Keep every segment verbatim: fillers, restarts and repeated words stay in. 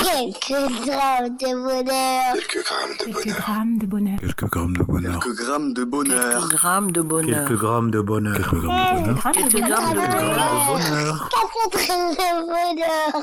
Quelques grammes de bonheur. Quelques grammes de Quelques bonheur. grammes de bonheur. Quelques grammes de bonheur. Quelques grammes de bonheur. Quelques grammes de bonheur. Quelques grammes de bonheur. Quelques grammes de bonheur. Quelques grammes de Quelques bonheur. grammes de bonheur. Quatre grammes de bonheur.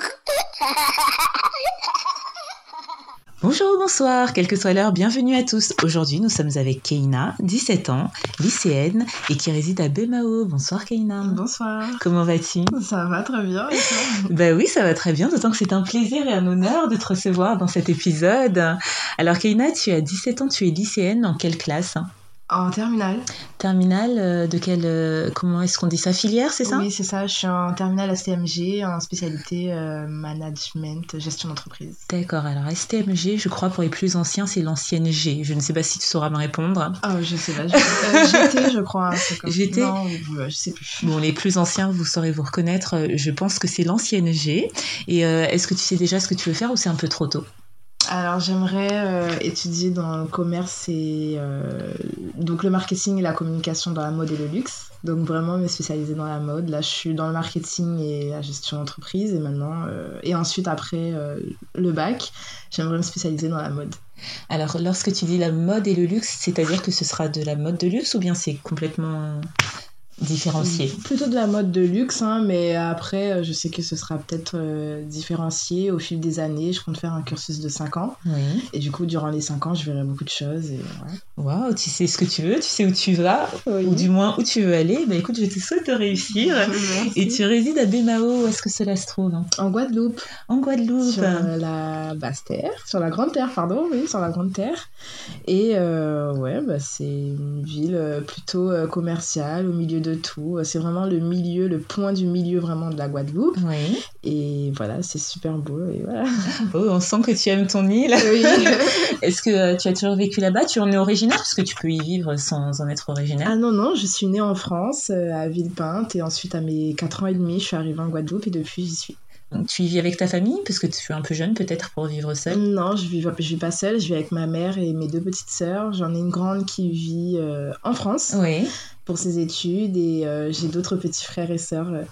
Bonjour ou bonsoir, quelle que soit l'heure, bienvenue à tous. Aujourd'hui, nous sommes avec Keina, dix-sept ans, lycéenne et qui réside à Bemao. Bonsoir Keina. Bonsoir. Comment vas-tu? Ça va très bien et toi? Bah oui, ça va très bien, d'autant que c'est un plaisir et un honneur de te recevoir dans cet épisode. Alors Keina, tu as dix-sept ans, tu es lycéenne, en quelle classe? En terminale. Terminale, euh, de quelle, euh, comment est-ce qu'on dit ça, filière, c'est ça? Oui, c'est ça, je suis en terminale S T M G, en spécialité euh, management, gestion d'entreprise. D'accord, alors S T M G, je crois pour les plus anciens, c'est l'ancienne G. Je ne sais pas si tu sauras me répondre. Ah, oh, je sais pas, je... euh, G T, je crois. Un truc comme... G T? Non, euh, je sais plus. Bon, les plus anciens, vous saurez vous reconnaître, euh, je pense que c'est l'ancienne G. Et euh, est-ce que tu sais déjà ce que tu veux faire ou c'est un peu trop tôt? Alors j'aimerais euh, étudier dans le commerce et euh, donc le marketing et la communication dans la mode et le luxe. Donc vraiment me spécialiser dans la mode. Là je suis dans le marketing et la gestion d'entreprise et maintenant euh, et ensuite après euh, le bac, j'aimerais me spécialiser dans la mode. Alors lorsque tu dis la mode et le luxe, c'est-à-dire que ce sera de la mode de luxe ou bien c'est complètement différencié? Plutôt de la mode de luxe, hein, mais après, je sais que ce sera peut-être euh, différencié au fil des années. Je compte faire un cursus de cinq ans. Oui. Et du coup, durant les cinq ans, je verrai beaucoup de choses. Et voilà. Waouh, tu sais ce que tu veux, tu sais où tu vas, oui. ou du moins où tu veux aller. Bah écoute, je te souhaite de réussir. Merci. Et tu résides à Bemao, où est-ce que cela se trouve? En Guadeloupe. En Guadeloupe. Sur euh, la basse terre, sur la grande terre, pardon, oui, sur la grande terre. Et euh, ouais, bah, c'est une ville plutôt euh, commerciale, au milieu de tout. C'est vraiment le milieu, le point du milieu vraiment de la Guadeloupe. Oui. Et voilà, c'est super beau. Et voilà. Oh, on sent que tu aimes ton île. Oui. Est-ce que euh, tu as toujours vécu là-bas? Tu en es originaire? Parce que tu peux y vivre sans en être originaire. Ah non, non, je suis née en France, euh, à Villepinte. Et ensuite, à mes quatre ans et demi, je suis arrivée en Guadeloupe et depuis, j'y suis. Donc, tu y vis avec ta famille? Parce que tu es un peu jeune peut-être pour vivre seule. Non, je vis, je vis pas seule. Je vis avec ma mère et mes deux petites sœurs. J'en ai une grande qui vit euh, en France. Oui. Pour ses études et euh, j'ai d'autres petits frères et sœurs euh,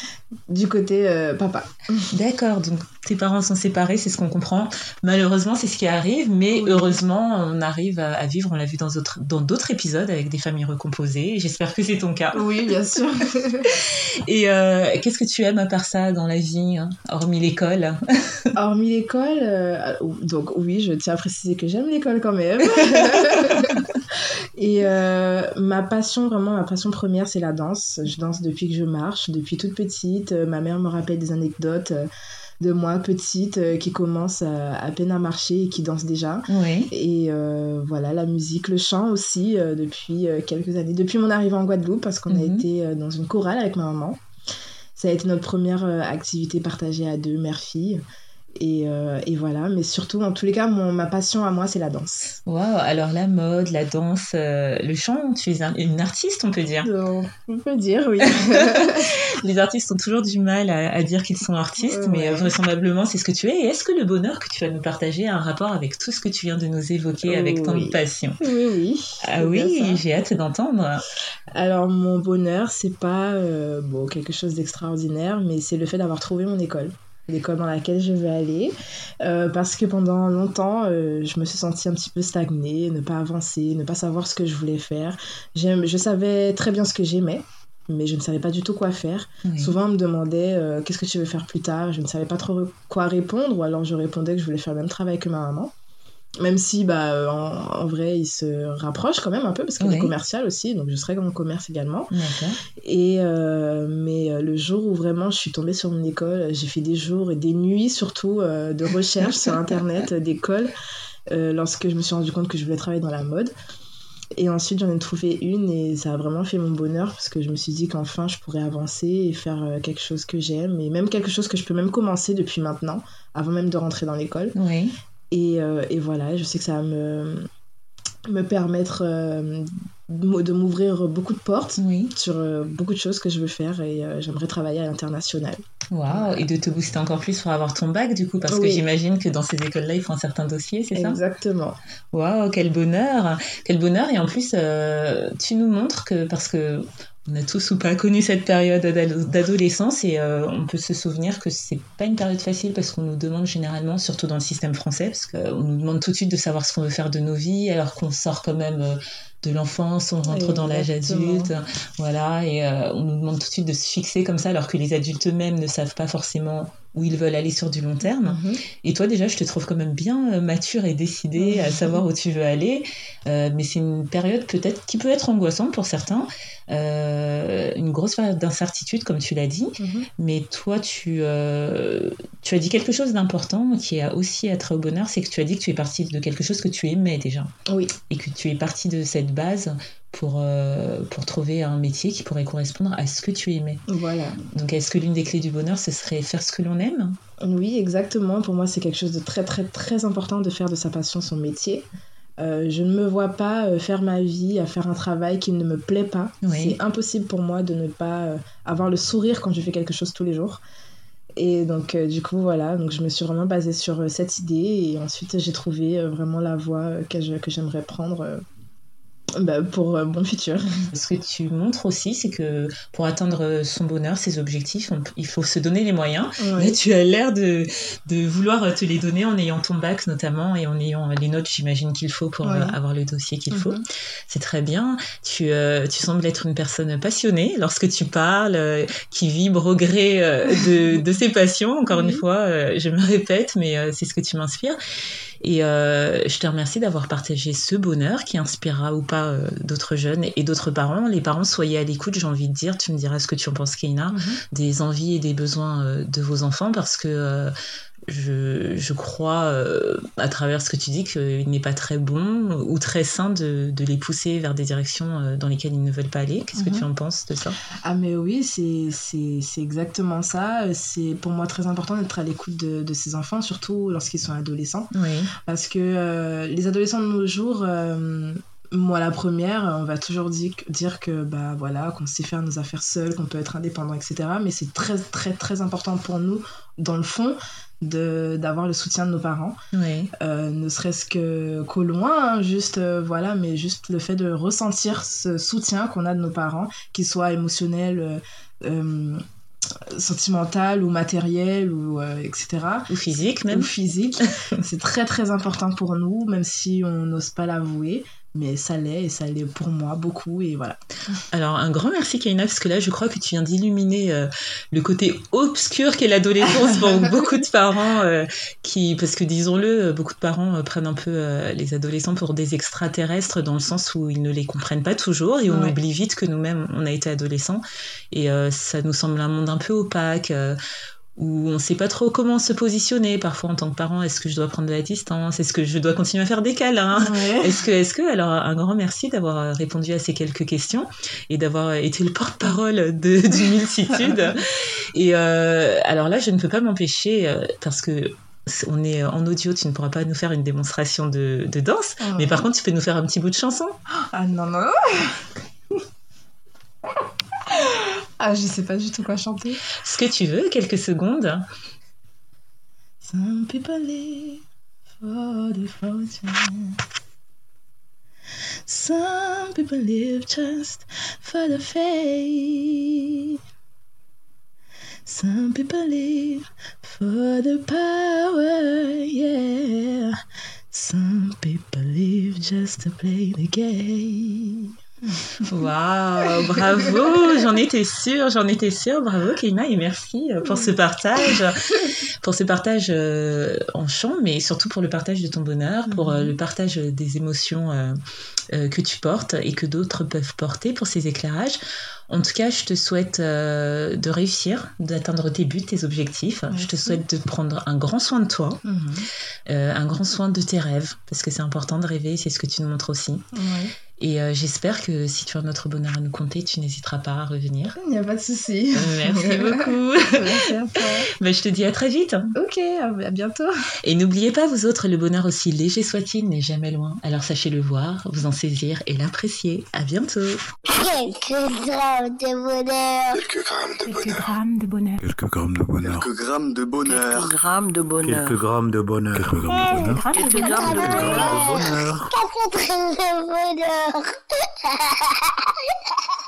du côté euh, papa. D'accord, donc tes parents sont séparés, c'est ce qu'on comprend. Malheureusement, c'est ce qui arrive, mais oui. Heureusement, on arrive à, à vivre, on l'a vu dans d'autres, dans d'autres épisodes avec des familles recomposées. J'espère que c'est ton cas. Oui, bien sûr. Et euh, qu'est-ce que tu aimes à part ça dans la vie, hein, hormis l'école? Hormis l'école, euh, donc oui, je tiens à préciser que j'aime l'école quand même. Et euh, ma passion, vraiment, ma passion première, c'est la danse. Je danse depuis que je marche, depuis toute petite. Ma mère me rappelle des anecdotes de moi, petite, qui commence à, à peine à marcher et qui danse déjà. Oui. Et euh, voilà, la musique, le chant aussi, euh, depuis quelques années. Depuis mon arrivée en Guadeloupe, parce qu'on mm-hmm. a été dans une chorale avec ma maman. Ça a été notre première activité partagée à deux, mère-fille. Et, euh, et voilà, mais surtout, en tous les cas, mon, ma passion à moi, c'est la danse. Waouh, alors la mode, la danse, euh, le chant, tu es un, une artiste, on peut dire. Donc, on peut dire, oui. Les artistes ont toujours du mal à, à dire qu'ils sont artistes, euh, mais ouais. vraisemblablement, c'est ce que tu es. Et est-ce que le bonheur que tu vas nous partager a un rapport avec tout ce que tu viens de nous évoquer, avec tant oui. de passion? Oui, oui. Ah oui, j'ai hâte d'entendre. Alors, mon bonheur, c'est pas euh, bon, quelque chose d'extraordinaire, mais c'est le fait d'avoir trouvé mon école. L'école dans laquelle je veux aller, euh, parce que pendant longtemps, euh, je me suis sentie un petit peu stagnée, ne pas avancer, ne pas savoir ce que je voulais faire. J'aime, je savais très bien ce que j'aimais, mais je ne savais pas du tout quoi faire. Oui. Souvent, on me demandait euh, « Qu'est-ce que tu veux faire plus tard ?» Je ne savais pas trop quoi répondre, ou alors je répondais que je voulais faire le même travail que ma maman. Même si, bah, en, en vrai, il se rapproche quand même un peu, parce qu'elle oui. est commerciale aussi, donc je serai dans le commerce également. D'accord. Et, euh, mais euh, le jour où vraiment je suis tombée sur mon école, j'ai fait des jours et des nuits surtout euh, de recherche sur Internet euh, d'école, euh, lorsque je me suis rendu compte que je voulais travailler dans la mode. Et ensuite, j'en ai trouvé une et ça a vraiment fait mon bonheur, parce que je me suis dit qu'enfin, je pourrais avancer et faire euh, quelque chose que j'aime, et même quelque chose que je peux même commencer depuis maintenant, avant même de rentrer dans l'école. Oui. Et, euh, et voilà, je sais que ça va me, me permettre euh, de m'ouvrir beaucoup de portes oui. sur euh, beaucoup de choses que je veux faire et euh, j'aimerais travailler à l'international. Waouh, et de te booster encore plus pour avoir ton bac du coup, parce oui. que j'imagine que dans ces écoles-là, il faut un certain dossier, c'est ça? Exactement. Waouh, quel bonheur, quel bonheur. Et en plus, euh, tu nous montres que, parce que On a tous ou pas connu cette période d'adolescence et euh, on peut se souvenir que c'est pas une période facile parce qu'on nous demande généralement, surtout dans le système français, parce qu'on nous demande tout de suite de savoir ce qu'on veut faire de nos vies alors qu'on sort quand même euh, de l'enfance, on rentre Exactement. Dans l'âge adulte, voilà, et euh, on nous demande tout de suite de se fixer comme ça alors que les adultes eux-mêmes ne savent pas forcément où ils veulent aller sur du long terme. Mm-hmm. Et toi déjà, je te trouve quand même bien mature et décidée mm-hmm. à savoir où tu veux aller, euh, mais c'est une période peut-être qui peut être angoissante pour certains, euh, une grosse période d'incertitude comme tu l'as dit, mm-hmm. mais toi tu, euh, tu as dit quelque chose d'important qui a aussi à trait au bonheur, c'est que tu as dit que tu es partie de quelque chose que tu aimais déjà. Oui. Et que tu es partie de cette base pour, euh, pour trouver un métier qui pourrait correspondre à ce que tu aimais. Voilà. Donc est-ce que l'une des clés du bonheur, ce serait faire ce que l'on aime ? Oui, exactement. Pour moi, c'est quelque chose de très, très, très important de faire de sa passion son métier. Euh, je ne me vois pas euh, faire ma vie à faire un travail qui ne me plaît pas. Oui. C'est impossible pour moi de ne pas euh, avoir le sourire quand je fais quelque chose tous les jours. Et donc, euh, du coup, voilà, donc je me suis vraiment basée sur euh, cette idée et ensuite j'ai trouvé euh, vraiment la voie euh, que, je, que j'aimerais prendre euh, bah, pour euh, mon futur. Ce que tu montres aussi, c'est que pour atteindre son bonheur, ses objectifs, on, il faut se donner les moyens. Oui. Là, tu as l'air de, de vouloir te les donner en ayant ton bac notamment et en ayant les notes, j'imagine, qu'il faut pour oui. avoir le dossier qu'il mm-hmm. faut. C'est très bien. Tu, euh, tu sembles être une personne passionnée lorsque tu parles, euh, qui vibre au gré euh, de, de ses passions. Encore oui. une fois, euh, je me répète, mais euh, c'est ce que tu m'inspires. Et euh, je te remercie d'avoir partagé ce bonheur qui inspirera ou pas euh, d'autres jeunes et d'autres parents. Les parents, soyez à l'écoute, j'ai envie de dire, tu me diras ce que tu en penses, Keïna, mm-hmm. des envies et des besoins euh, de vos enfants parce que euh, je, je crois, euh, à travers ce que tu dis, qu'il n'est pas très bon ou très sain de, de les pousser vers des directions euh, dans lesquelles ils ne veulent pas aller. Qu'est-ce mm-hmm. que tu en penses de ça ? Ah mais oui, c'est, c'est, c'est exactement ça. C'est pour moi très important d'être à l'écoute de, de ces enfants, surtout lorsqu'ils sont adolescents. Oui. Parce que euh, les adolescents de nos jours... Euh, moi, la première, on va toujours dire, dire que, bah, voilà, qu'on sait faire nos affaires seuls, qu'on peut être indépendant, et cetera. Mais c'est très, très, très important pour nous, dans le fond, de, d'avoir le soutien de nos parents. Oui. Euh, ne serait-ce que, qu'au loin, hein, juste, euh, voilà, mais juste le fait de ressentir ce soutien qu'on a de nos parents, qu'il soit émotionnel, euh, euh, sentimental ou matériel ou euh, et cetera ou physique même ou physique c'est très très important pour nous même si on n'ose pas l'avouer mais ça l'est et ça l'est pour moi beaucoup et voilà. Alors un grand merci Keïna parce que là je crois que tu viens d'illuminer euh, le côté obscur qu'est l'adolescence pour beaucoup de parents euh, qui parce que disons-le beaucoup de parents euh, prennent un peu euh, les adolescents pour des extraterrestres dans le sens où ils ne les comprennent pas toujours et on ouais. oublie vite que nous-mêmes on a été adolescents et euh, ça nous semble un monde un peu opaque euh, où on ne sait pas trop comment se positionner parfois en tant que parent. Est-ce que je dois prendre de la distance ? Est-ce que je dois continuer à faire des câlins ? Ouais. Est-ce que, est-ce que, alors un grand merci d'avoir répondu à ces quelques questions et d'avoir été le porte-parole de, d'une multitude. Et euh, alors là, je ne peux pas m'empêcher euh, parce que on est en audio, tu ne pourras pas nous faire une démonstration de, de danse, oh. mais par contre, tu peux nous faire un petit bout de chanson. Ah non, non. Ah, je sais pas du tout quoi chanter. Ce que tu veux, quelques secondes. Some people live for the fortune. Some people live just for the fame. Some people live for the power, yeah. Some people live just to play the game. Waouh, bravo, j'en étais sûre, j'en étais sûre, bravo Keïna et merci pour ce partage, pour ce partage euh, en chant, mais surtout pour le partage de ton bonheur, pour euh, le partage des émotions euh, euh, que tu portes et que d'autres peuvent porter, pour ces éclairages. En tout cas, je te souhaite euh, de réussir, d'atteindre tes buts, tes objectifs. Merci. Je te souhaite de prendre un grand soin de toi, mmh. euh, un grand soin de tes rêves, parce que c'est important de rêver, c'est ce que tu nous montres aussi. Ouais. Et euh, j'espère que si tu as notre bonheur à nous compter, tu n'hésiteras pas à revenir. Il n'y a pas de souci. Euh, merci beaucoup. Merci à toi. Ben, je te dis à très vite. Ok, à bientôt. Et n'oubliez pas, vous autres, le bonheur aussi léger soit-il n'est jamais loin. Alors sachez le voir, vous en saisir et l'apprécier. À bientôt. Quelques grammes de bonheur. Quelques grammes de bonheur. Quelques grammes de bonheur. Quelques grammes de bonheur. Quelques grammes de bonheur. Quelques grammes de bonheur. Quelques grammes de bonheur. Quelques grammes de bonheur. Quelques grammes de bonheur.